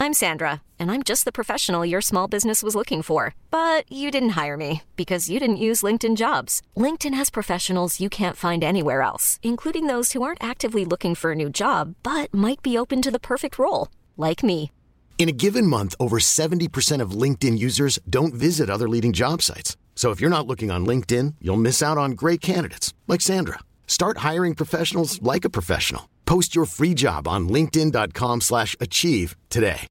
I'm Sandra, and I'm just the professional your small business was looking for. But you didn't hire me because you didn't use LinkedIn Jobs. LinkedIn has professionals you can't find anywhere else, including those who aren't actively looking for a new job, but might be open to the perfect role, like me. In a given month, over 70% of LinkedIn users don't visit other leading job sites. So if you're not looking on LinkedIn, you'll miss out on great candidates like Sandra. Start hiring professionals like a professional. Post your free job on linkedin.com/achieve today.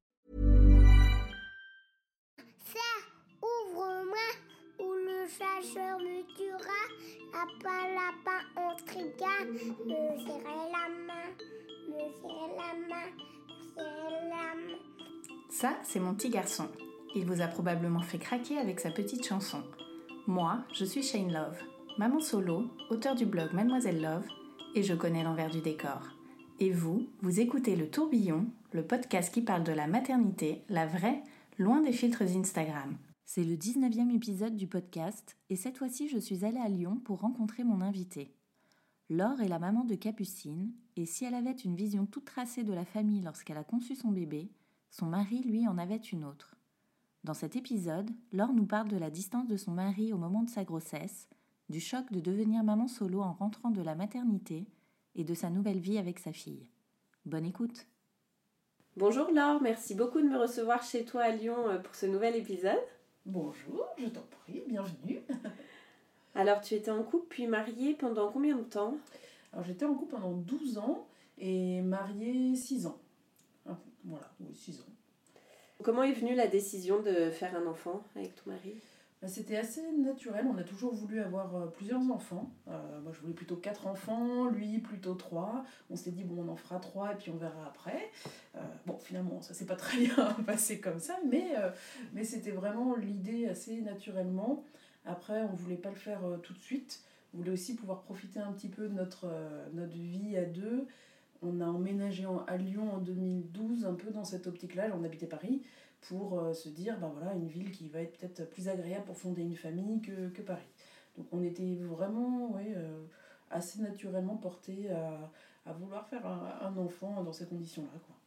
Serre, ouvre-moi, ou le chasseur me tuera. Lapin en tricard, me serrer la main, me serrer la main, me serrer la main. Ça, c'est mon petit garçon. Il vous a probablement fait craquer avec sa petite chanson. Moi, je suis Shane Love, maman solo, auteure du blog Mademoiselle Love, et je connais l'envers du décor. Et vous écoutez Le Tourbillon, le podcast qui parle de la maternité, la vraie, loin des filtres Instagram. C'est le 19e épisode du podcast, et cette fois-ci, je suis allée à Lyon pour rencontrer mon invitée. Laure est la maman de Capucine, et si elle avait une vision toute tracée de la famille lorsqu'elle a conçu son bébé, son mari, lui, en avait une autre. Dans cet épisode, Laure nous parle de la distance de son mari au moment de sa grossesse, du choc de devenir maman solo en rentrant de la maternité et de sa nouvelle vie avec sa fille. Bonne écoute. Bonjour Laure, merci beaucoup de me recevoir chez toi à Lyon pour ce nouvel épisode. Bonjour, je t'en prie, bienvenue. Alors tu étais en couple puis mariée pendant combien de temps ? Alors j'étais en couple pendant 12 ans et mariée 6 ans. Voilà, oui, 6 ans. Comment est venue la décision de faire un enfant avec ton mari ? C'était assez naturel, on a toujours voulu avoir plusieurs enfants. Moi je voulais plutôt 4 enfants, lui plutôt 3. On s'est dit bon on en fera 3 et puis on verra après. Bon finalement ça s'est pas très bien passé comme ça, mais c'était vraiment l'idée assez naturellement. Après on voulait pas le faire tout de suite, on voulait aussi pouvoir profiter un petit peu de notre vie à deux. On a emménagé à Lyon en 2012, un peu dans cette optique-là, on habitait Paris, pour se dire, voilà, une ville qui va être peut-être plus agréable pour fonder une famille que Paris. Donc on était vraiment assez naturellement portés à vouloir faire un enfant dans ces conditions-là, quoi.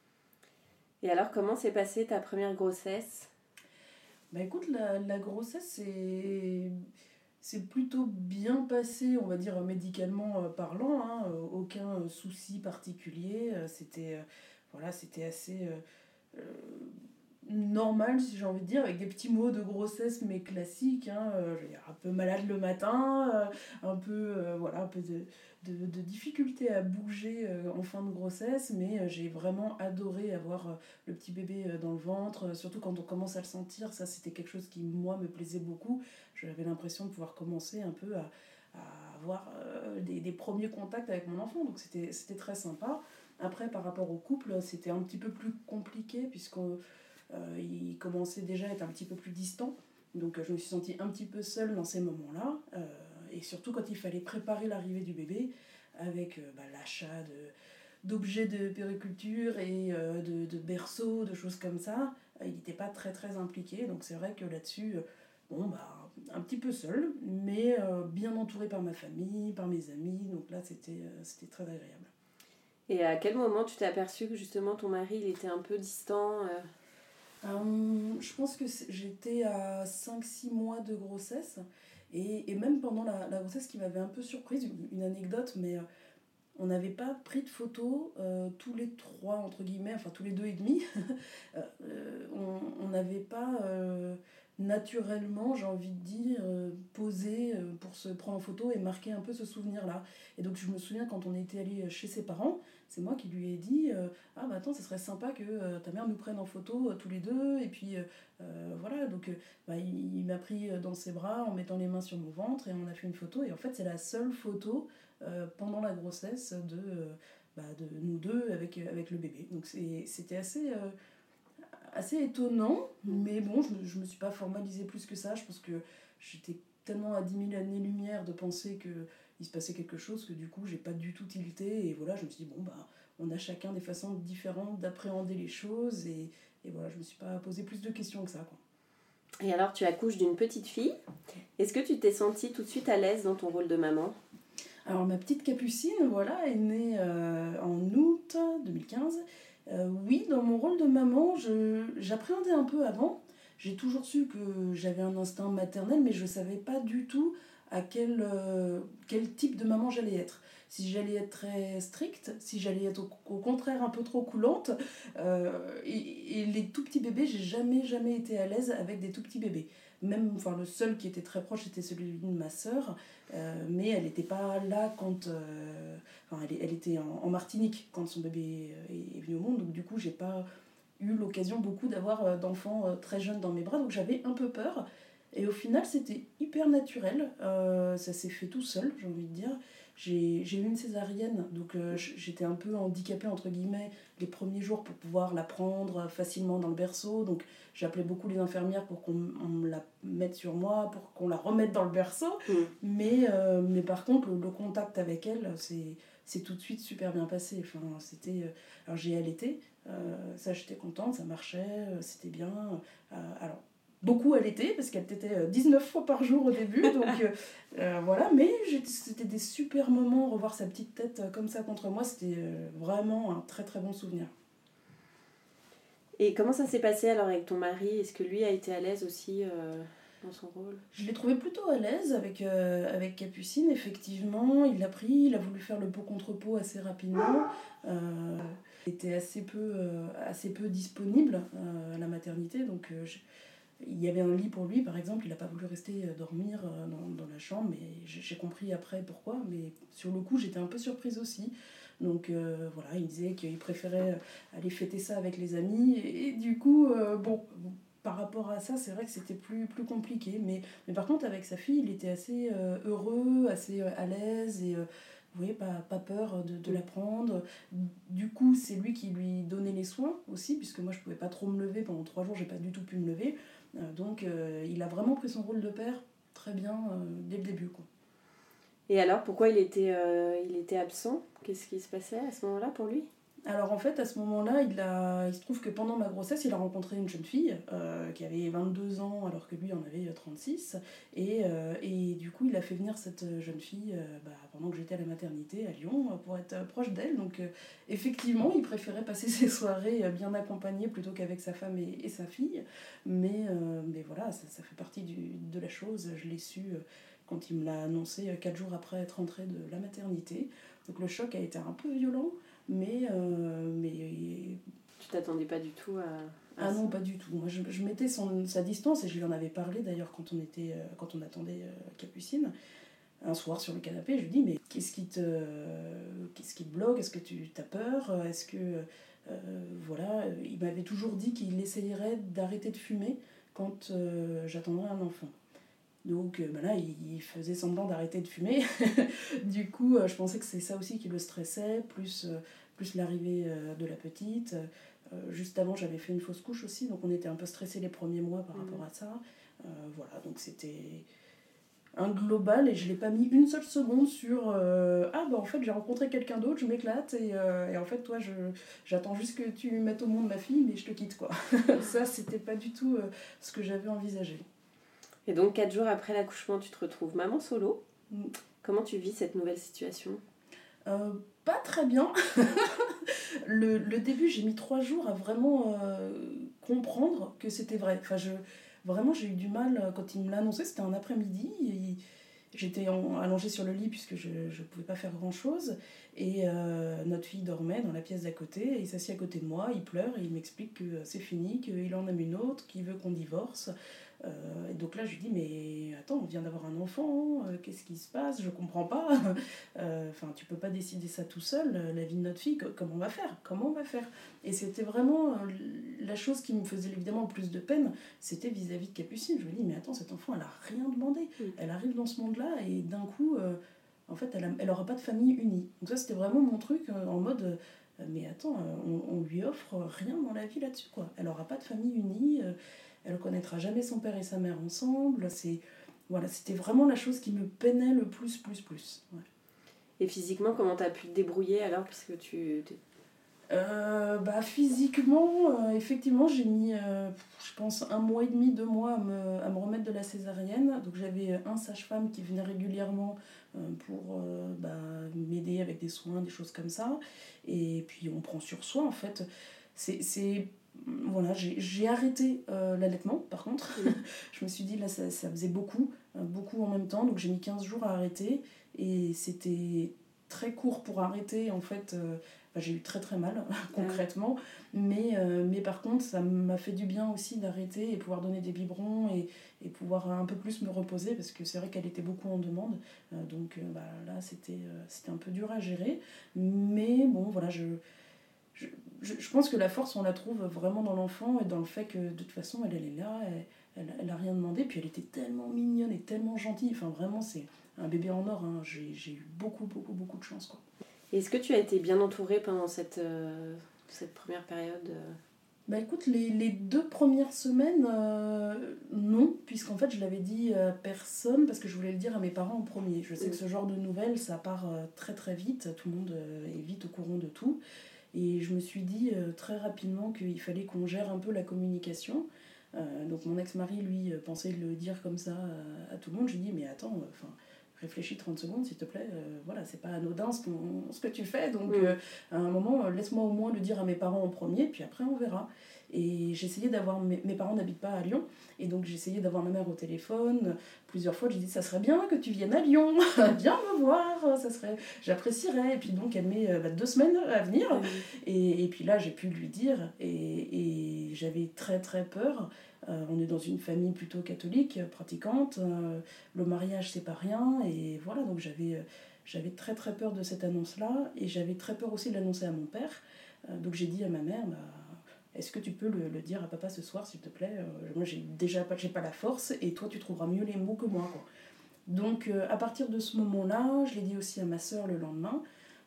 Et alors, comment s'est passée ta première grossesse ? Écoute, la grossesse, c'est plutôt bien passé, on va dire médicalement parlant, hein, aucun souci particulier, c'était assez normal si j'ai envie de dire, avec des petits mots de grossesse mais classiques, hein, un peu malade le matin, un peu de difficulté à bouger en fin de grossesse, mais j'ai vraiment adoré avoir le petit bébé dans le ventre, surtout quand on commence à le sentir, ça c'était quelque chose qui moi me plaisait beaucoup. J'avais l'impression de pouvoir commencer un peu à avoir des premiers contacts avec mon enfant, donc c'était très sympa. Après par rapport au couple, c'était un petit peu plus compliqué puisqu'il commençait déjà à être un petit peu plus distant, donc je me suis sentie un petit peu seule dans ces moments-là, et surtout quand il fallait préparer l'arrivée du bébé avec l'achat d'objets de périculture et de berceaux, de choses comme ça, il n'était pas très très impliqué, donc c'est vrai que là-dessus, un petit peu seule, mais bien entourée par ma famille, par mes amis, donc là c'était très agréable. Et à quel moment tu t'es aperçue que justement ton mari il était un peu distant Je pense que j'étais à 5-6 mois de grossesse, et même pendant la grossesse qui m'avait un peu surprise, une anecdote, mais on n'avait pas pris de photos tous les 3, entre guillemets, enfin tous les 2 et demi. On n'avait pas naturellement, j'ai envie de dire, posé pour se prendre en photo et marquer un peu ce souvenir-là. Et donc je me souviens quand on était allé chez ses parents, c'est moi qui lui ai dit attends, ça serait sympa que ta mère nous prenne en photo tous les deux, et puis voilà, donc il m'a pris dans ses bras en mettant les mains sur mon ventre et on a fait une photo, et en fait c'est la seule photo pendant la grossesse de nous deux avec le bébé. Donc c'était assez étonnant, mais bon, je me suis pas formalisée plus que ça. Je pense que j'étais tellement à 10 000 années-lumière de penser qu'il se passait quelque chose que du coup, j'ai pas du tout tilté. Et voilà, je me suis dit, on a chacun des façons différentes d'appréhender les choses. Et voilà, je me suis pas posé plus de questions que ça, quoi. Et alors, tu accouches d'une petite fille. Est-ce que tu t'es sentie tout de suite à l'aise dans ton rôle de maman ? Alors, ma petite Capucine, voilà, est née en août 2015. Oui, dans mon rôle de maman, j'appréhendais un peu avant. J'ai toujours su que j'avais un instinct maternel, mais je ne savais pas du tout à quel type de maman j'allais être. Si j'allais être très stricte, si j'allais être au contraire un peu trop coulante. Et les tout petits bébés, j'ai jamais été à l'aise avec des tout petits bébés. Même, enfin, le seul qui était très proche, c'était celui de ma sœur, mais elle n'était pas là quand... enfin, elle était en Martinique quand son bébé est venu au monde, donc du coup, j'ai pas eu l'occasion beaucoup d'avoir d'enfants très jeunes dans mes bras, donc j'avais un peu peur. Et au final, c'était hyper naturel. Ça s'est fait tout seul, j'ai envie de dire. J'ai eu une césarienne, donc j'étais un peu handicapée, entre guillemets, les premiers jours pour pouvoir la prendre facilement dans le berceau. Donc j'appelais beaucoup les infirmières pour qu'on me la mette sur moi, pour qu'on la remette dans le berceau. Mais par contre, le contact avec elle, c'est tout de suite super bien passé. Enfin, alors j'ai allaité, ça j'étais contente, ça marchait, c'était bien. Alors, beaucoup allaité parce qu'elle tétait 19 fois par jour au début, donc voilà, mais c'était des super moments, revoir sa petite tête comme ça contre moi, c'était vraiment un très très bon souvenir. Et comment ça s'est passé alors avec ton mari? Est-ce que lui a été à l'aise aussi dans son rôle? Je l'ai trouvé plutôt à l'aise avec Capucine, effectivement, il l'a pris, il a voulu faire le pot contre pot assez rapidement. Il était assez peu disponible à la maternité, donc il y avait un lit pour lui, par exemple, il n'a pas voulu rester dormir dans la chambre, mais j'ai compris après pourquoi, mais sur le coup, j'étais un peu surprise aussi. Donc voilà, il disait qu'il préférait aller fêter ça avec les amis, et du coup, bon, par rapport à ça, c'est vrai que c'était plus compliqué, mais par contre, avec sa fille, il était assez heureux, assez à l'aise, et vous voyez, pas peur de la prendre. Du coup, c'est lui qui lui donnait les soins aussi, puisque moi, je pouvais pas trop me lever, pendant 3 jours, j'ai pas du tout pu me lever. Donc il a vraiment pris son rôle de père très bien dès le début, quoi. Et alors, pourquoi il était absent? Qu'est-ce qui se passait à ce moment-là pour lui? Alors en fait, à ce moment-là, il se trouve que pendant ma grossesse, il a rencontré une jeune fille qui avait 22 ans alors que lui en avait 36. Et du coup, il a fait venir cette jeune fille pendant que j'étais à la maternité à Lyon pour être proche d'elle. Donc effectivement, il préférait passer ses soirées bien accompagné plutôt qu'avec sa femme et sa fille. Mais voilà, ça fait partie de la chose. Je l'ai su quand il me l'a annoncé 4 jours après être rentrée de la maternité. Donc le choc a été un peu violent. Mais tu t'attendais pas du tout à ah non, pas du tout. Moi, je mettais sa distance, et je lui en avais parlé d'ailleurs quand on attendait Capucine. Un soir sur le canapé, je lui dis, mais qu'est-ce qui te bloque? Est-ce que tu as peur? Est-ce que... voilà, il m'avait toujours dit qu'il essayerait d'arrêter de fumer quand j'attendrais un enfant. Donc là, il faisait semblant d'arrêter de fumer. Du coup, je pensais que c'est ça aussi qui le stressait, plus l'arrivée de la petite. Juste avant, j'avais fait une fausse couche aussi, donc on était un peu stressés les premiers mois par rapport à ça. Voilà, donc c'était un global, et je ne l'ai pas mis une seule seconde sur en fait j'ai rencontré quelqu'un d'autre, je m'éclate, et en fait toi j'attends juste que tu mettes au monde ma fille, mais je te quitte, quoi. Ça, c'était pas du tout ce que j'avais envisagé. Et donc 4 jours après l'accouchement, tu te retrouves maman solo. Comment tu vis cette nouvelle situation? Pas très bien. le début, j'ai mis 3 jours à vraiment comprendre que c'était vrai. Enfin, vraiment, j'ai eu du mal quand il me l'a annoncé. C'était un après-midi. J'étais allongée sur le lit puisque je ne pouvais pas faire grand-chose. Et notre fille dormait dans la pièce d'à côté. Et il s'assied à côté de moi, il pleure et il m'explique que c'est fini, qu'il en aime une autre, qu'il veut qu'on divorce. Et donc là, je lui dis, mais attends, on vient d'avoir un enfant, qu'est-ce qui se passe? Je comprends pas. Tu peux pas décider ça tout seul, la vie de notre fille, comment on va faire? Et c'était vraiment la chose qui me faisait évidemment le plus de peine, c'était vis-à-vis de Capucine. Je lui dis, mais attends, cet enfant, elle a rien demandé. Elle arrive dans ce monde-là, et d'un coup, en fait, elle aura pas de famille unie. Donc ça, c'était vraiment mon truc, en mode... mais attends, on lui offre rien dans la vie là-dessus, quoi. Elle aura pas de famille unie, elle ne connaîtra jamais son père et sa mère ensemble. C'était vraiment la chose qui me peinait le plus. Ouais. Et physiquement, comment tu as pu te débrouiller alors, puisque physiquement, effectivement, j'ai mis, je pense, 1 mois et demi, 2 mois à me remettre de la césarienne. Donc j'avais un sage-femme qui venait régulièrement pour m'aider avec des soins, des choses comme ça. Et puis on prend sur soi, en fait. Voilà, j'ai arrêté l'allaitement par contre. Je me suis dit là ça faisait beaucoup en même temps, donc j'ai mis 15 jours à arrêter et c'était très court pour arrêter en fait. J'ai eu très très mal concrètement, mais par contre ça m'a fait du bien aussi d'arrêter et pouvoir donner des biberons et pouvoir un peu plus me reposer parce que c'est vrai qu'elle était beaucoup en demande, donc là c'était un peu dur à gérer, mais bon voilà, je pense que la force on la trouve vraiment dans l'enfant et dans le fait que de toute façon elle est là, elle a rien demandé, puis elle était tellement mignonne et tellement gentille, enfin vraiment c'est un bébé en or, hein. J'ai eu beaucoup de chance quoi. Est-ce que tu as été bien entourée pendant cette première période Écoute, les 2 premières semaines, non, puisqu'en fait je l'avais dit à personne parce que je voulais le dire à mes parents en premier. Je sais que ce genre de nouvelles, ça part très très vite, tout le monde est vite au courant de tout. Et je me suis dit très rapidement qu'il fallait qu'on gère un peu la communication. Donc mon ex-mari, lui, pensait le dire comme ça à tout le monde. J'ai dit, mais attends, réfléchis 30 secondes s'il te plaît, voilà, c'est pas anodin ce que tu fais, donc à un moment laisse-moi au moins le dire à mes parents en premier, puis après on verra. Et j'essayais d'avoir, mes parents n'habitent pas à Lyon, et donc j'essayais d'avoir ma mère au téléphone plusieurs fois. J'ai dit ça serait bien que tu viennes à Lyon, viens me voir, j'apprécierais. Et puis donc elle met 2 semaines à venir, et puis là j'ai pu lui dire, et j'avais très très peur. On est dans une famille plutôt catholique, pratiquante, le mariage c'est pas rien, et voilà, donc j'avais très très peur de cette annonce-là, et j'avais très peur aussi de l'annoncer à mon père, donc j'ai dit à ma mère, est-ce que tu peux le dire à papa ce soir s'il te plaît, moi j'ai pas la force, et toi tu trouveras mieux les mots que moi, quoi. Donc à partir de ce moment-là, je l'ai dit aussi à ma sœur le lendemain,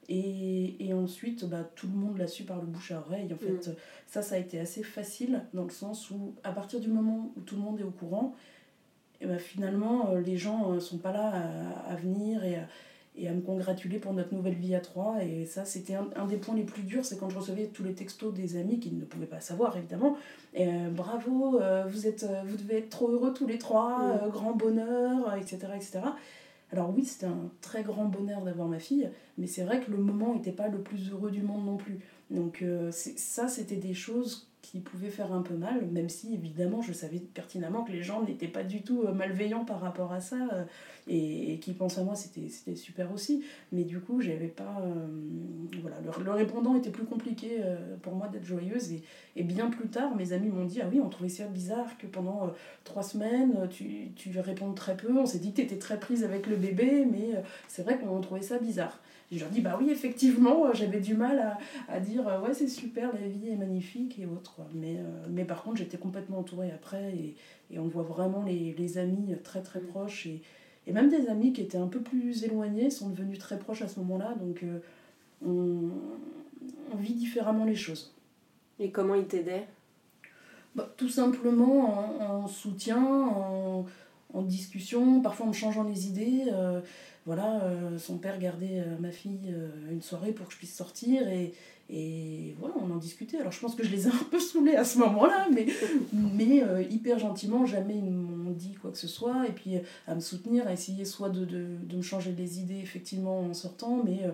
et ensuite tout le monde l'a su par le bouche à oreille en fait. Ça a été assez facile dans le sens où à partir du moment où tout le monde est au courant, et finalement les gens sont pas là à venir et à me congratuler pour notre nouvelle vie à 3, et ça c'était un des points les plus durs, c'est quand je recevais tous les textos des amis qui ne pouvaient pas savoir évidemment, et bravo, vous devez être trop heureux tous les 3, grand bonheur, etc. Alors oui, c'était un très grand bonheur d'avoir ma fille, mais c'est vrai que le moment n'était pas le plus heureux du monde non plus. Donc c'était des choses qui pouvaient faire un peu mal, même si évidemment je savais pertinemment que les gens n'étaient pas du tout malveillants par rapport à ça, et qui pensent à moi, c'était super aussi. Mais du coup, j'avais pas... voilà, le répondant était plus compliqué pour moi d'être joyeuse, et bien plus tard, mes amis m'ont dit « Ah oui, on trouvait ça bizarre que pendant 3 semaines, tu répondes très peu, on s'est dit que tu étais très prise avec le bébé, mais c'est vrai qu'on trouvait ça bizarre. » Et je leur dis, oui, effectivement, j'avais du mal à dire, ouais, c'est super, la vie est magnifique et autres, quoi. Mais par contre, j'étais complètement entourée après, et on voit vraiment les amis très très proches, et même des amis qui étaient un peu plus éloignés sont devenus très proches à ce moment-là, donc on vit différemment les choses. Et comment ils t'aidaient ? Tout simplement en soutien, en discussion, parfois en me changeant les idées. Son père gardait ma fille une soirée pour que je puisse sortir, et voilà, on en discutait. Alors je pense que je les ai un peu saoulés à ce moment-là, mais hyper gentiment, jamais ils m'ont dit quoi que ce soit, et puis à me soutenir, à essayer soit de me changer les idées effectivement en sortant, mais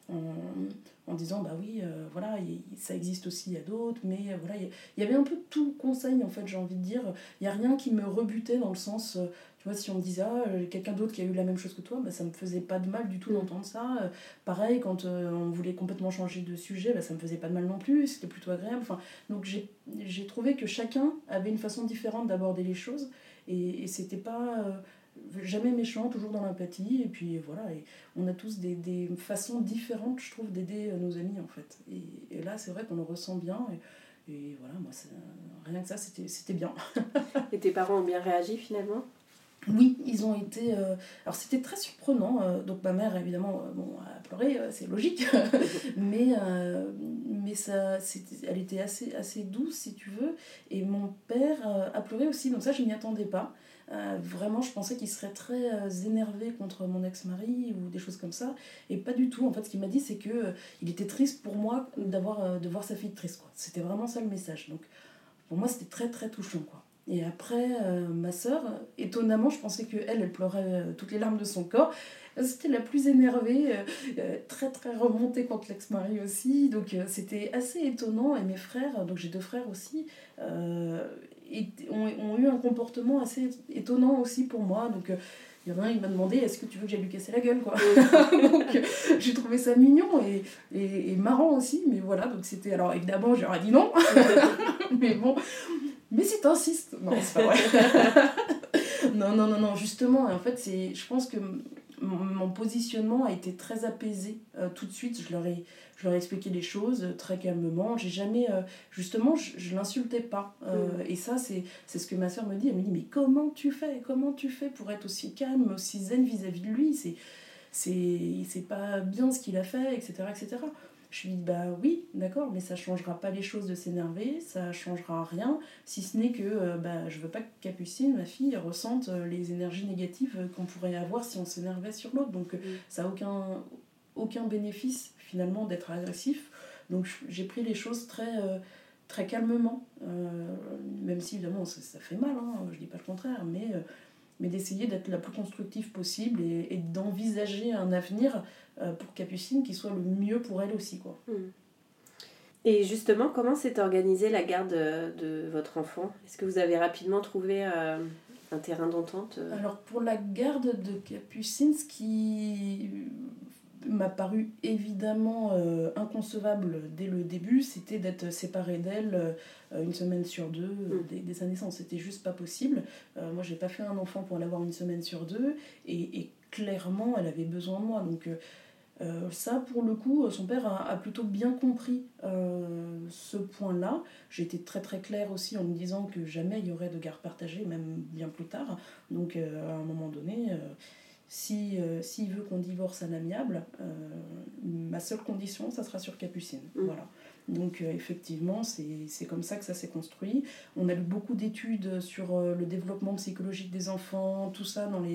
en disant oui, voilà, ça existe aussi à d'autres, mais voilà, il y avait un peu tout conseil en fait, j'ai envie de dire. Il n'y a rien qui me rebutait dans le sens, tu vois, si on me disait quelqu'un d'autre qui a eu la même chose que toi, ça me faisait pas de mal du tout d'entendre ça. Pareil, quand on voulait complètement changer de sujet, ça me faisait pas de mal non plus, c'était plutôt agréable. Donc j'ai trouvé que chacun avait une façon différente d'aborder les choses, et c'était pas... jamais méchant, toujours dans l'empathie, et puis voilà, et on a tous des façons différentes, je trouve, d'aider nos amis en fait, et là c'est vrai qu'on le ressent bien, et voilà, moi rien que ça c'était bien. Et tes parents ont bien réagi finalement ? Oui, ils ont été... alors c'était très surprenant, donc ma mère évidemment a pleuré, c'est logique, mais elle était assez douce si tu veux, et mon père a pleuré aussi, donc ça je m'y attendais pas. Vraiment, je pensais qu'il serait très énervé contre mon ex-mari ou des choses comme ça, et pas du tout. En fait, ce qu'il m'a dit, c'est que il était triste pour moi de voir sa fille triste, quoi. C'était vraiment ça le message. Donc, pour moi, c'était très très touchant, quoi. Et après, ma sœur, étonnamment, je pensais qu'elle pleurait toutes les larmes de son corps. C'était la plus énervée, très très remontée contre l'ex-mari aussi. Donc c'était assez étonnant. Et mes frères, donc j'ai 2 frères aussi, ont eu un comportement assez étonnant aussi pour moi. Donc il y en a un, il m'a demandé est-ce que tu veux que j'aille lui casser la gueule quoi. Donc j'ai trouvé ça mignon et marrant aussi. Mais voilà, donc c'était. Alors évidemment, j'aurais dit non. Mais bon. Mais si t'insistes. Non, c'est pas vrai. Non, justement, en fait, je pense que mon positionnement a été très apaisé tout de suite. Je leur ai expliqué les choses très calmement. J'ai jamais, justement, je l'insultais pas. Et ça, c'est ce que ma soeur me dit. Elle me dit, mais comment tu fais pour être aussi calme, aussi zen vis-à-vis de lui? C'est pas bien ce qu'il a fait, etc., etc. Je lui dis, bah oui, d'accord, mais ça changera pas les choses de s'énerver, ça changera rien, si ce n'est que je veux pas que Capucine, ma fille, ressente les énergies négatives qu'on pourrait avoir si on s'énervait sur l'autre. Donc ça n'a aucun bénéfice finalement d'être agressif. Donc j'ai pris les choses très calmement, même si évidemment ça fait mal, hein, je dis pas le contraire, mais d'essayer d'être la plus constructive possible et d'envisager un avenir pour Capucine qui soit le mieux pour elle aussi, quoi. Et justement, comment s'est organisée la garde de votre enfant? Est-ce que vous avez rapidement trouvé un terrain d'entente? Alors pour la garde de Capucine, ce qui m'a paru évidemment inconcevable dès le début, c'était d'être séparée d'elle une semaine sur 2 dès sa naissance. C'était juste pas possible. Moi, j'ai pas fait un enfant pour l'avoir une semaine sur 2 et clairement, elle avait besoin de moi. Donc ça, pour le coup, son père a plutôt bien compris ce point-là. J'ai été très très claire aussi en me disant que jamais il y aurait de garde partagée, même bien plus tard. Donc à un moment donné... s'il veut qu'on divorce à l'amiable, ma seule condition, ça sera sur Capucine. Voilà. Donc effectivement, c'est comme ça que ça s'est construit. On a lu beaucoup d'études sur le développement psychologique des enfants, tout ça dans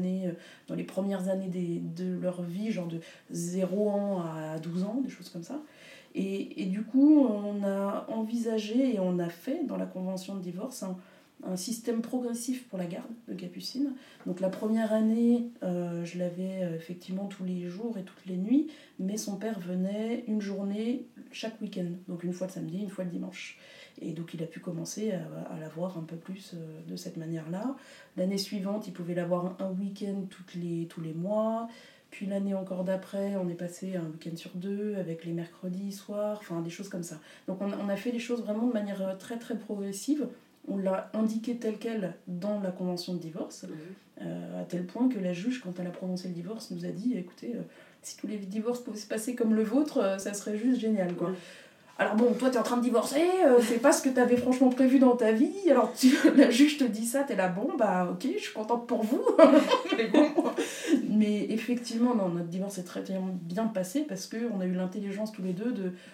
les premières années de leur vie, genre de 0 ans à 12 ans, des choses comme ça. Et du coup, on a envisagé et on a fait dans la convention de divorce un système progressif pour la garde de Capucine. Donc la première année, je l'avais effectivement tous les jours et toutes les nuits, mais son père venait une journée chaque week-end, donc une fois le samedi, une fois le dimanche. Et donc il a pu commencer à la voir un peu plus de cette manière-là. L'année suivante, il pouvait la voir un week-end tous les mois. Puis l'année encore d'après, on est passé un week-end sur 2 avec les mercredis soirs, enfin des choses comme ça. Donc on a fait les choses vraiment de manière très très progressive. On l'a indiqué tel quel dans la convention de divorce, à tel point que la juge, quand elle a prononcé le divorce, nous a dit, écoutez, si tous les divorces pouvaient se passer comme le vôtre, ça serait juste génial, quoi. Alors bon, toi t'es en train de divorcer, c'est pas ce que t'avais franchement prévu dans ta vie, alors la juge te dit ça, t'es là, bon, bah ok, je suis contente pour vous, mais bon. Mais effectivement, non, notre divorce est très bien passé parce qu'on a eu l'intelligence tous les deux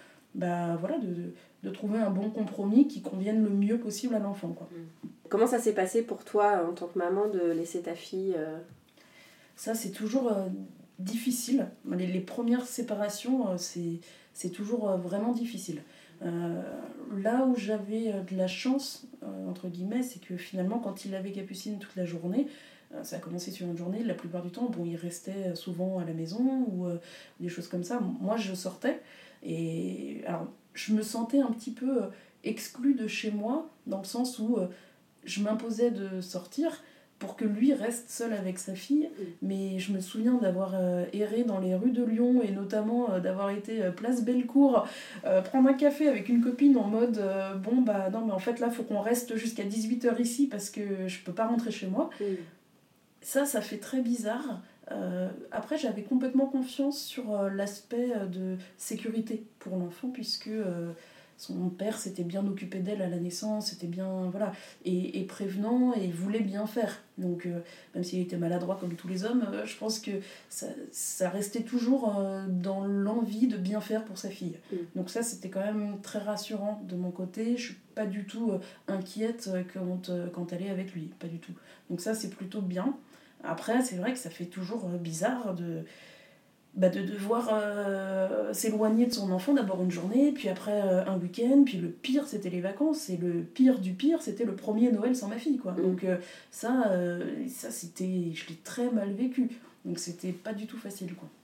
de trouver un bon compromis qui convienne le mieux possible à l'enfant, quoi. Comment ça s'est passé pour toi, en tant que maman, de laisser ta fille Ça, c'est toujours difficile. Les premières séparations, c'est toujours vraiment difficile. Là où j'avais de la chance, entre guillemets, c'est que finalement, quand il avait Capucine toute la journée, ça a commencé sur une journée, la plupart du temps, bon, il restait souvent à la maison ou des choses comme ça. Moi, je sortais et... Alors, je me sentais un petit peu exclue de chez moi, dans le sens où je m'imposais de sortir pour que lui reste seul avec sa fille. Mais je me souviens d'avoir erré dans les rues de Lyon, et notamment d'avoir été place Bellecour, prendre un café avec une copine en mode non mais en fait là faut qu'on reste jusqu'à 18h ici parce que je peux pas rentrer chez moi. Ça fait très bizarre. Après, j'avais complètement confiance sur l'aspect de sécurité pour l'enfant, puisque son père s'était bien occupé d'elle à la naissance, c'était bien, voilà, et prévenant, et voulait bien faire. Donc, même s'il était maladroit comme tous les hommes, je pense que ça restait toujours dans l'envie de bien faire pour sa fille. Donc ça, c'était quand même très rassurant de mon côté. Je suis pas du tout inquiète quand elle est avec lui, pas du tout. Donc ça, c'est plutôt bien. Après, c'est vrai que ça fait toujours bizarre de devoir s'éloigner de son enfant d'abord une journée, puis après un week-end, puis le pire c'était les vacances, et le pire du pire c'était le premier Noël sans ma fille, quoi. Donc ça c'était, je l'ai très mal vécu, donc c'était pas du tout facile, quoi.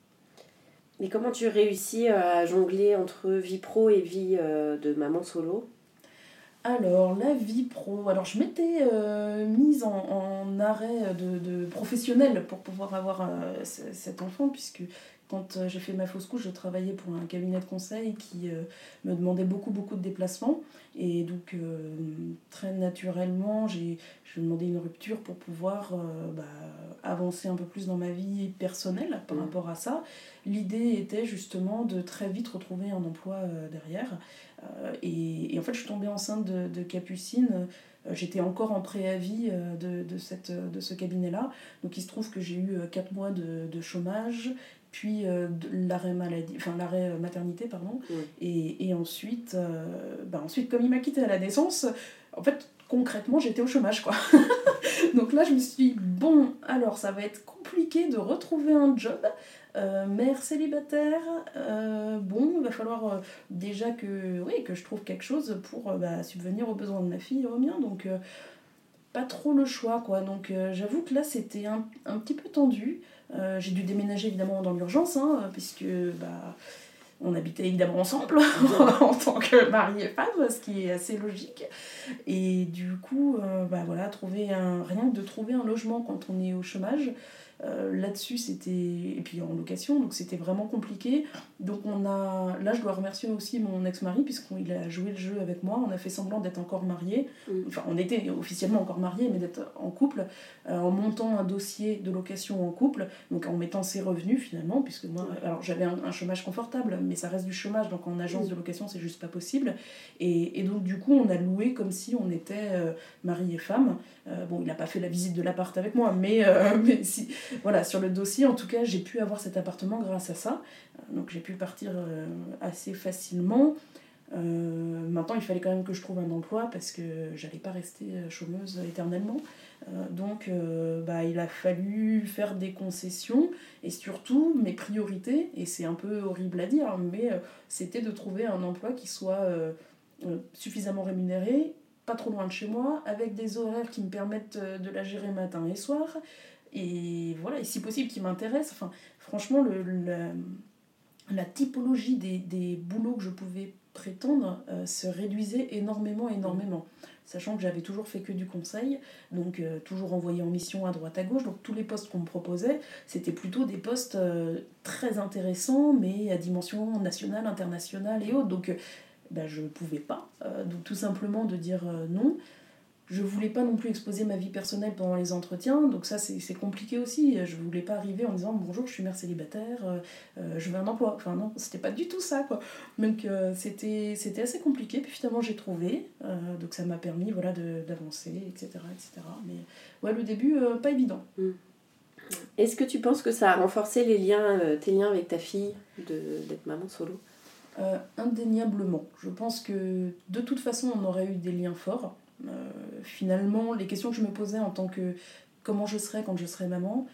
Et comment tu réussis à jongler entre vie pro et vie de maman solo ? Alors, la vie pro. Alors, je m'étais mise en arrêt de professionnel pour pouvoir avoir cet enfant, puisque quand j'ai fait ma fausse couche, je travaillais pour un cabinet de conseil qui me demandait beaucoup de déplacements. Et donc, très naturellement, j'ai demandé une rupture pour pouvoir avancer un peu plus dans ma vie personnelle par rapport à ça. L'idée était justement de très vite retrouver un emploi derrière. Et en fait, je suis tombée enceinte de Capucine. J'étais encore en préavis de ce cabinet-là. Donc, il se trouve que j'ai eu 4 mois de chômage, puis l'arrêt maternité, pardon. Et ensuite, comme il m'a quittée à la naissance, en fait, concrètement, j'étais au chômage, quoi. Donc là, je me suis dit, bon, alors ça va être compliqué de retrouver un job. Mère célibataire, il va falloir déjà que je trouve quelque chose pour subvenir aux besoins de ma fille et aux miens, donc pas trop le choix, quoi. Donc j'avoue que là c'était un petit peu tendu. J'ai dû déménager évidemment dans l'urgence, puisque on habitait évidemment ensemble en tant que mari et femme, ce qui est assez logique. Et du coup, rien que de trouver un logement quand on est au chômage, là-dessus c'était, et puis en location, donc c'était vraiment compliqué. Donc là je dois remercier aussi mon ex-mari, puisqu'il a joué le jeu avec moi. On a fait semblant d'être encore mariés, enfin on était officiellement encore mariés, mais d'être en couple, en montant un dossier de location en couple, donc en mettant ses revenus finalement, puisque moi, alors j'avais un chômage confortable, mais ça reste du chômage, donc en agence de location c'est juste pas possible. Et donc du coup on a loué comme si on était mari et femme. Il n'a pas fait la visite de l'appart avec moi, mais si, voilà, sur le dossier, en tout cas, j'ai pu avoir cet appartement grâce à ça. Donc j'ai pu partir assez facilement. Maintenant, il fallait quand même que je trouve un emploi, parce que j'allais pas rester chômeuse éternellement. Donc il a fallu faire des concessions, et surtout mes priorités, et c'est un peu horrible à dire, mais c'était de trouver un emploi qui soit suffisamment rémunéré, pas trop loin de chez moi, avec des horaires qui me permettent de la gérer matin et soir, et voilà, et si possible qui m'intéresse. Enfin, franchement, la typologie des boulots que je pouvais prétendre se réduisait énormément, sachant que j'avais toujours fait que du conseil, donc toujours envoyé en mission à droite à gauche. Donc tous les postes qu'on me proposait, c'était plutôt des postes très intéressants, mais à dimension nationale, internationale et autres. Donc je ne pouvais pas, donc tout simplement de dire non. Je voulais pas non plus exposer ma vie personnelle pendant les entretiens, donc ça c'est compliqué aussi. Je voulais pas arriver en disant bonjour, je suis mère célibataire, je veux un emploi. Enfin non, c'était pas du tout ça, quoi. Donc c'était assez compliqué, puis finalement j'ai trouvé, donc ça m'a permis d'avancer, etc. Mais ouais, le début, pas évident. Est-ce que tu penses que ça a renforcé tes liens avec ta fille d'être maman solo ? Indéniablement. Je pense que de toute façon on aurait eu des liens forts. Finalement, les questions que je me posais en tant que comment je serais quand je serais maman,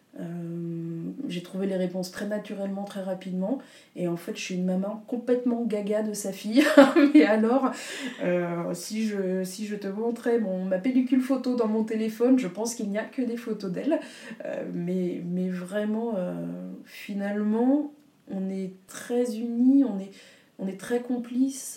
j'ai trouvé les réponses très naturellement, très rapidement, et en fait je suis une maman complètement gaga de sa fille. Mais alors si je te montrais ma pellicule photo dans mon téléphone, je pense qu'il n'y a que des photos d'elle, mais vraiment finalement on est très unis, on est très complices.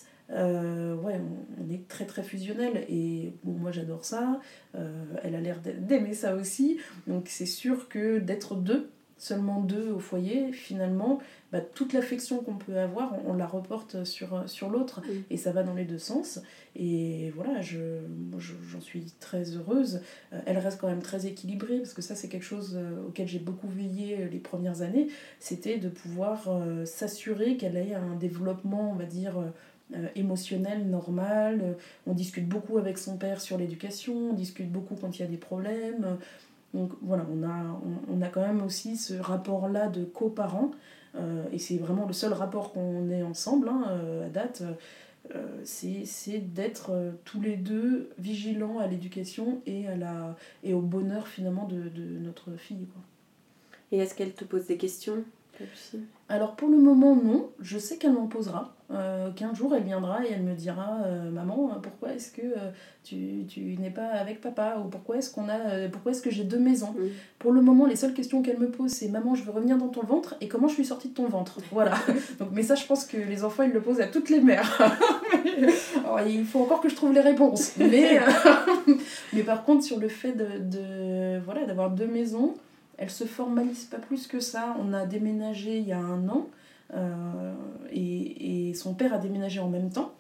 On est très très fusionnels, et moi j'adore ça, elle a l'air d'aimer ça aussi, donc c'est sûr que d'être seulement deux au foyer, finalement toute l'affection qu'on peut avoir, on la reporte sur l'autre, et ça va dans les deux sens, et voilà, j'en suis très heureuse. Elle reste quand même très équilibrée, parce que ça c'est quelque chose auquel j'ai beaucoup veillé les premières années, c'était de pouvoir s'assurer qu'elle ait un développement, on va dire, émotionnel, normal. On discute beaucoup avec son père sur l'éducation, on discute beaucoup quand il y a des problèmes. Donc voilà, on a quand même aussi ce rapport-là de coparents, et c'est vraiment le seul rapport qu'on ait ensemble à date. C'est d'être tous les deux vigilants à l'éducation et au bonheur finalement de notre fille, quoi. Et est-ce qu'elle te pose des questions Capucine? Alors pour le moment non, je sais qu'elle m'en posera, qu'un jour elle viendra et elle me dira maman, pourquoi est-ce que tu n'es pas avec papa, ou pourquoi est-ce que j'ai 2 maisons. Pour le moment les seules questions qu'elle me pose c'est maman je veux revenir dans ton ventre et comment je suis sortie de ton ventre, voilà. Donc, mais ça je pense que les enfants ils le posent à toutes les mères. Alors, il faut encore que je trouve les réponses, mais par contre sur le fait d'avoir 2 maisons, elle se formalise pas plus que ça. On a déménagé il y a 1 an et son père a déménagé en même temps,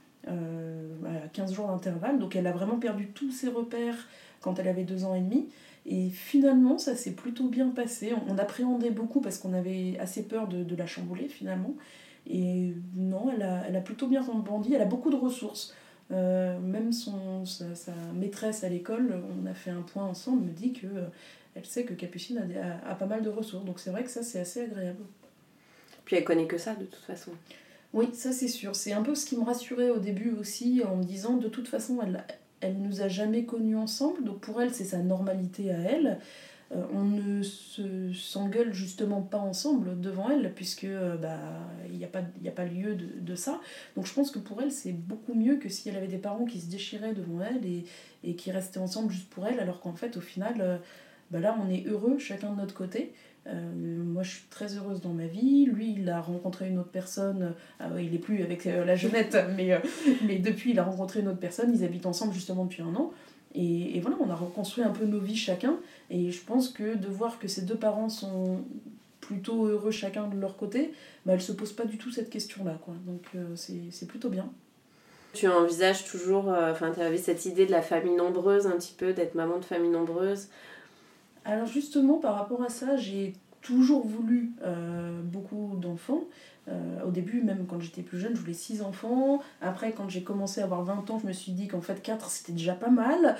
à 15 jours d'intervalle. Donc elle a vraiment perdu tous ses repères quand elle avait 2 ans et demi. Et finalement, ça s'est plutôt bien passé. On appréhendait beaucoup parce qu'on avait assez peur de la chambouler finalement. Et non, elle a plutôt bien rebondi. Elle a beaucoup de ressources. Même sa maîtresse à l'école, on a fait un point ensemble, me dit que elle sait que Capucine a pas mal de ressources. Donc c'est vrai que ça, c'est assez agréable. Puis elle connaît que ça, de toute façon. Oui, ça c'est sûr. C'est un peu ce qui me rassurait au début aussi, en me disant, de toute façon, elle nous a jamais connus ensemble. Donc pour elle, c'est sa normalité à elle. On ne s'engueule justement pas ensemble devant elle, puisque il n'y a pas lieu de ça. Donc je pense que pour elle, c'est beaucoup mieux que si elle avait des parents qui se déchiraient devant elle et qui restaient ensemble juste pour elle, alors qu'en fait, au final... là on est heureux chacun de notre côté. Moi je suis très heureuse dans ma vie, lui il a rencontré une autre personne, il n'est plus avec la jeunette, mais depuis il a rencontré une autre personne, ils habitent ensemble justement depuis 1 an, et voilà, on a reconstruit un peu nos vies chacun, et je pense que de voir que ces 2 parents sont plutôt heureux chacun de leur côté, elle se pose pas du tout cette question là, quoi. Donc c'est plutôt bien. Tu envisages toujours, tu avais cette idée de la famille nombreuse un petit peu, d'être maman de famille nombreuse? Alors justement, par rapport à ça, j'ai toujours voulu beaucoup d'enfants. Au début, même quand j'étais plus jeune, je voulais 6 enfants. Après, quand j'ai commencé à avoir 20 ans, je me suis dit qu'en fait 4 c'était déjà pas mal.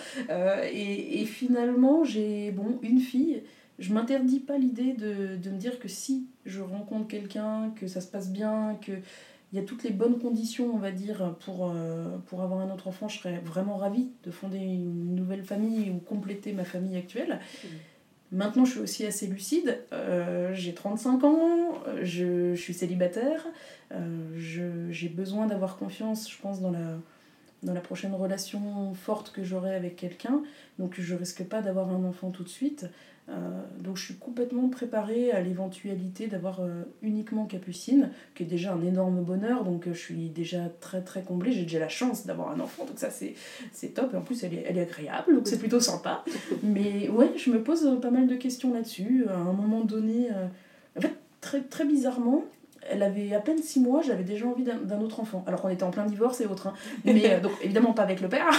Et finalement, j'ai une fille. Je m'interdis pas l'idée de me dire que si je rencontre quelqu'un, que ça se passe bien, qu'il y a toutes les bonnes conditions, on va dire, pour avoir un autre enfant, je serais vraiment ravie de fonder une nouvelle famille ou compléter ma famille actuelle. Maintenant, je suis aussi assez lucide. J'ai 35 ans, je suis célibataire. J'ai besoin d'avoir confiance, je pense, dans la prochaine relation forte que j'aurai avec quelqu'un. Donc, je risque pas d'avoir un enfant tout de suite. Donc, je suis complètement préparée à l'éventualité d'avoir uniquement Capucine, qui est déjà un énorme bonheur. Donc, je suis déjà très très comblée. J'ai déjà la chance d'avoir un enfant, donc ça c'est top. Et en plus, elle est agréable, donc c'est plutôt sympa. Mais ouais, je me pose pas mal de questions là-dessus. À un moment donné, en fait, très, très bizarrement, elle avait à peine 6 mois, j'avais déjà envie d'un autre enfant. Alors qu'on était en plein divorce et autres. Hein. Mais, donc évidemment pas avec le père.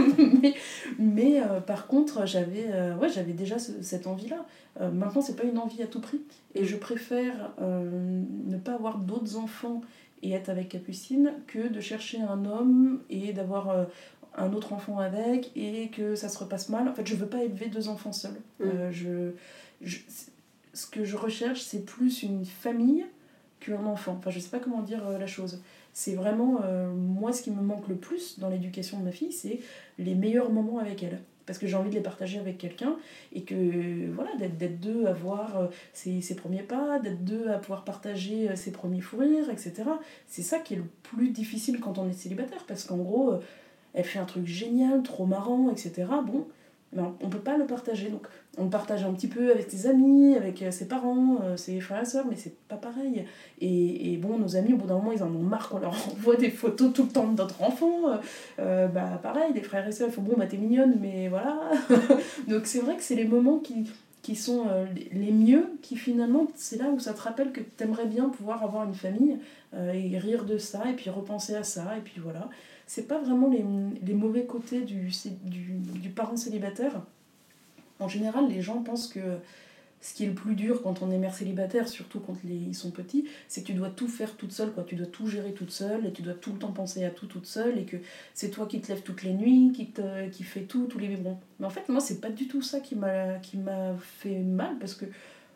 mais par contre, j'avais déjà cette envie-là. Maintenant, c'est pas une envie à tout prix. Et je préfère ne pas avoir d'autres enfants et être avec Capucine que de chercher un homme et d'avoir... un autre enfant avec et que ça se repasse mal. En fait, je veux pas élever 2 enfants seuls. Ce que je recherche, c'est plus une famille qu'un enfant. Enfin, je sais pas comment dire la chose. C'est vraiment, moi, ce qui me manque le plus dans l'éducation de ma fille, c'est les meilleurs moments avec elle. Parce que j'ai envie de les partager avec quelqu'un et que, voilà, d'être 2 à voir ses premiers pas, d'être 2 à pouvoir partager ses premiers fous rires, etc. C'est ça qui est le plus difficile quand on est célibataire, parce qu'en gros... elle fait un truc génial, trop marrant, etc. Bon, mais on peut pas le partager. Donc, on le partage un petit peu avec ses amis, avec ses parents, ses frères et sœurs, mais c'est pas pareil. Et bon, nos amis, au bout d'un moment, ils en ont marre qu'on leur envoie des photos tout le temps de notre enfant. Pareil, les frères et sœurs, ils font bon, t'es mignonne, mais voilà. Donc, c'est vrai que c'est les moments qui sont les mieux, qui finalement, c'est là où ça te rappelle que t'aimerais bien pouvoir avoir une famille et rire de ça, et puis repenser à ça, et puis voilà. C'est pas vraiment les mauvais côtés du parent célibataire. En général, les gens pensent que ce qui est le plus dur quand on est mère célibataire, surtout quand ils sont petits, c'est que tu dois tout faire toute seule, quoi. Tu dois tout gérer toute seule, et tu dois tout le temps penser à tout toute seule, et que c'est toi qui te lèves toutes les nuits, qui fait tout, tous les biberons. Mais en fait, moi, c'est pas du tout ça qui m'a fait mal, parce que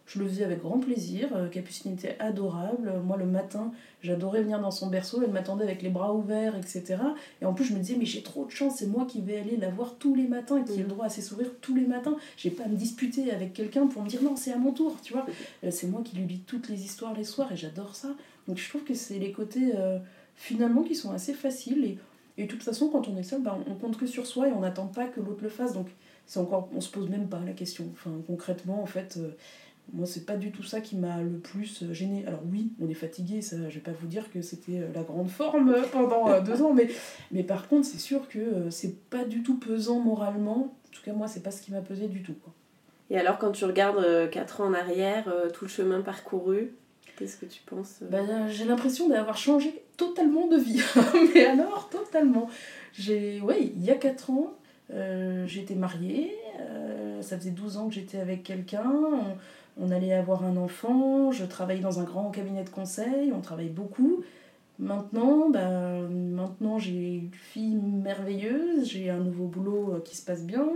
je le faisais avec grand plaisir. Capucine était adorable. Moi, le matin, j'adorais venir dans son berceau. Elle m'attendait avec les bras ouverts, etc. Et en plus, je me disais, mais j'ai trop de chance, c'est moi qui vais aller la voir tous les matins et qui ai le droit à ses sourires tous les matins. J'ai pas à me disputer avec quelqu'un pour me dire, non, c'est à mon tour, tu vois. C'est moi qui lui lis toutes les histoires les soirs et j'adore ça. Donc, je trouve que c'est les côtés, finalement, qui sont assez faciles. Et de toute façon, quand on est seul, on compte que sur soi et on n'attend pas que l'autre le fasse. Donc, on se pose même pas la question. Enfin, concrètement, en fait, moi, c'est pas du tout ça qui m'a le plus gênée. Alors oui, on est fatigué, ça, je vais pas vous dire que c'était la grande forme pendant 2 ans, mais par contre, c'est sûr que c'est pas du tout pesant moralement. En tout cas, moi, c'est pas ce qui m'a pesé du tout, quoi. Et alors, quand tu regardes 4 ans en arrière, tout le chemin parcouru, qu'est-ce que tu penses J'ai l'impression d'avoir changé totalement de vie. Mais alors, totalement. Il y a 4 ans, j'étais mariée, ça faisait 12 ans que j'étais avec quelqu'un, on allait avoir un enfant, je travaillais dans un grand cabinet de conseil, on travaille beaucoup. Maintenant, j'ai une fille merveilleuse, j'ai un nouveau boulot qui se passe bien,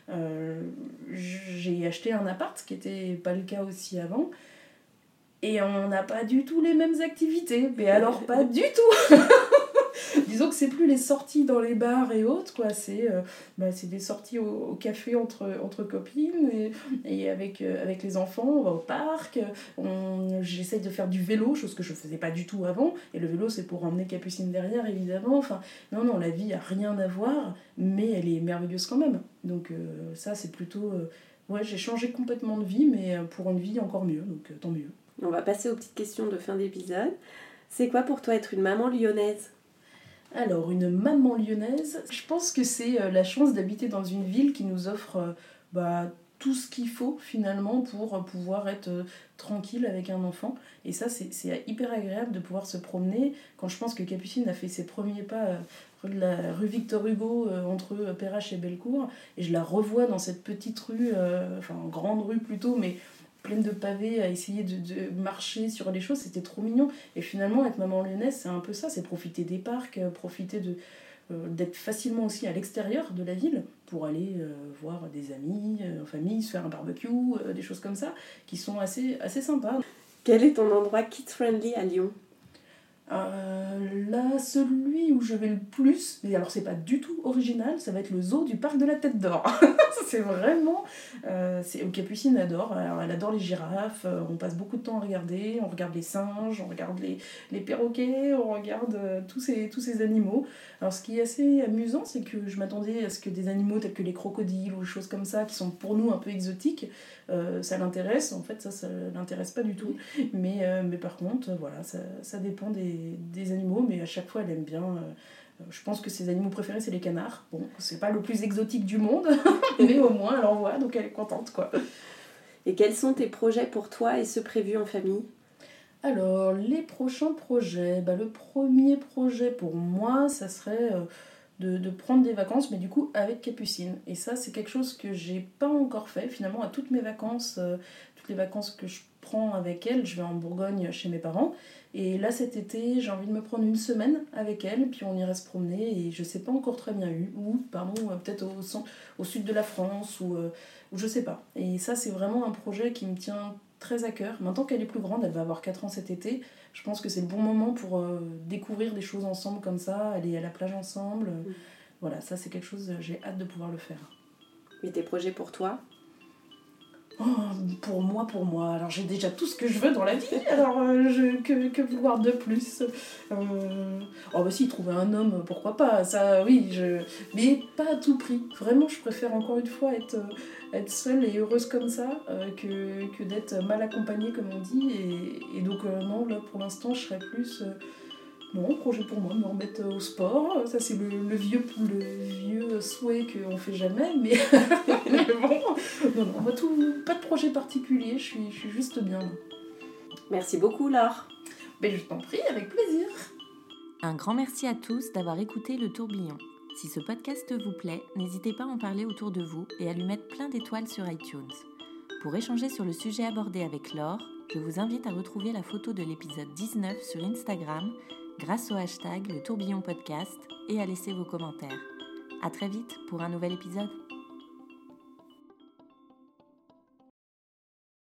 j'ai acheté un appart, ce qui n'était pas le cas aussi avant. Et on n'a pas du tout les mêmes activités, mais alors pas du tout. Disons que c'est plus les sorties dans les bars et autres, quoi. C'est des sorties au café entre copines et avec les enfants, on va au parc. J'essaye de faire du vélo, chose que je faisais pas du tout avant. Et le vélo, c'est pour emmener Capucine derrière, évidemment. Enfin, non, la vie a rien à voir, mais elle est merveilleuse quand même. Donc ça, c'est plutôt... j'ai changé complètement de vie, mais pour une vie encore mieux, donc tant mieux. On va passer aux petites questions de fin d'épisode. C'est quoi pour toi être une maman lyonnaise ? Alors, une maman lyonnaise, je pense que c'est la chance d'habiter dans une ville qui nous offre tout ce qu'il faut finalement pour pouvoir être tranquille avec un enfant. Et ça, c'est hyper agréable de pouvoir se promener. Quand je pense que Capucine a fait ses premiers pas de la rue Victor Hugo entre Perrache et Bellecour, et je la revois dans cette petite rue, grande rue plutôt, mais pleine de pavés, à essayer de marcher sur les choses, c'était trop mignon. Et finalement, être maman lyonnaise, c'est un peu ça, c'est profiter des parcs, profiter d'être facilement aussi à l'extérieur de la ville pour aller voir des amis, en famille, se faire un barbecue, des choses comme ça, qui sont assez sympas. Quel est ton endroit kids-friendly à Lyon ? Là, celui où je vais le plus, mais alors c'est pas du tout original, ça va être le zoo du parc de la Tête d'Or. C'est vraiment... Capucine adore, alors elle adore les girafes, on passe beaucoup de temps à regarder, on regarde les singes, on regarde les perroquets, on regarde tous ces animaux. Alors ce qui est assez amusant, c'est que je m'attendais à ce que des animaux tels que les crocodiles ou des choses comme ça, qui sont pour nous un peu exotiques, ça l'intéresse. En fait, ça l'intéresse pas du tout. Mais par contre, voilà, ça dépend des animaux, mais à chaque fois elle aime bien. Je pense que ses animaux préférés c'est les canards. Bon, c'est pas le plus exotique du monde, mais au moins elle en voit, donc elle est contente, quoi. Et quels sont tes projets pour toi et ceux prévus en famille ? Alors, les prochains projets, le premier projet pour moi, ça serait de prendre des vacances, mais du coup avec Capucine. Et ça, c'est quelque chose que j'ai pas encore fait. Finalement, à toutes mes vacances, toutes les vacances que je prends avec elle, je vais en Bourgogne chez mes parents. Et là, cet été, j'ai envie de me prendre 1 semaine avec elle, puis on irait se promener, et je sais pas encore très bien où, peut-être au sud de la France, ou je sais pas. Et ça, c'est vraiment un projet qui me tient très à cœur. Maintenant qu'elle est plus grande, elle va avoir 4 ans cet été, je pense que c'est le bon moment pour découvrir des choses ensemble comme ça, aller à la plage ensemble. Voilà, ça c'est quelque chose, j'ai hâte de pouvoir le faire. Et tes projets pour toi ? Pour moi. Alors j'ai déjà tout ce que je veux dans la vie, alors que vouloir de plus si, trouver un homme, pourquoi pas, ça oui, mais pas à tout prix. Vraiment, je préfère encore une fois être seule et heureuse comme ça que d'être mal accompagnée comme on dit, et donc non, là pour l'instant je serais plus... projet pour moi, me remettre au sport, ça c'est le vieux souhait qu'on fait jamais, mais bon, moi pas de projet particulier, je suis juste bien. Merci beaucoup Laure. Je t'en prie, avec plaisir. Un grand merci à tous d'avoir écouté Le Tourbillon. Si ce podcast vous plaît, n'hésitez pas à en parler autour de vous et à lui mettre plein d'étoiles sur iTunes. Pour échanger sur le sujet abordé avec Laure, je vous invite à retrouver la photo de l'épisode 19 sur Instagram grâce au hashtag Le Tourbillon Podcast et à laisser vos commentaires. À très vite pour un nouvel épisode.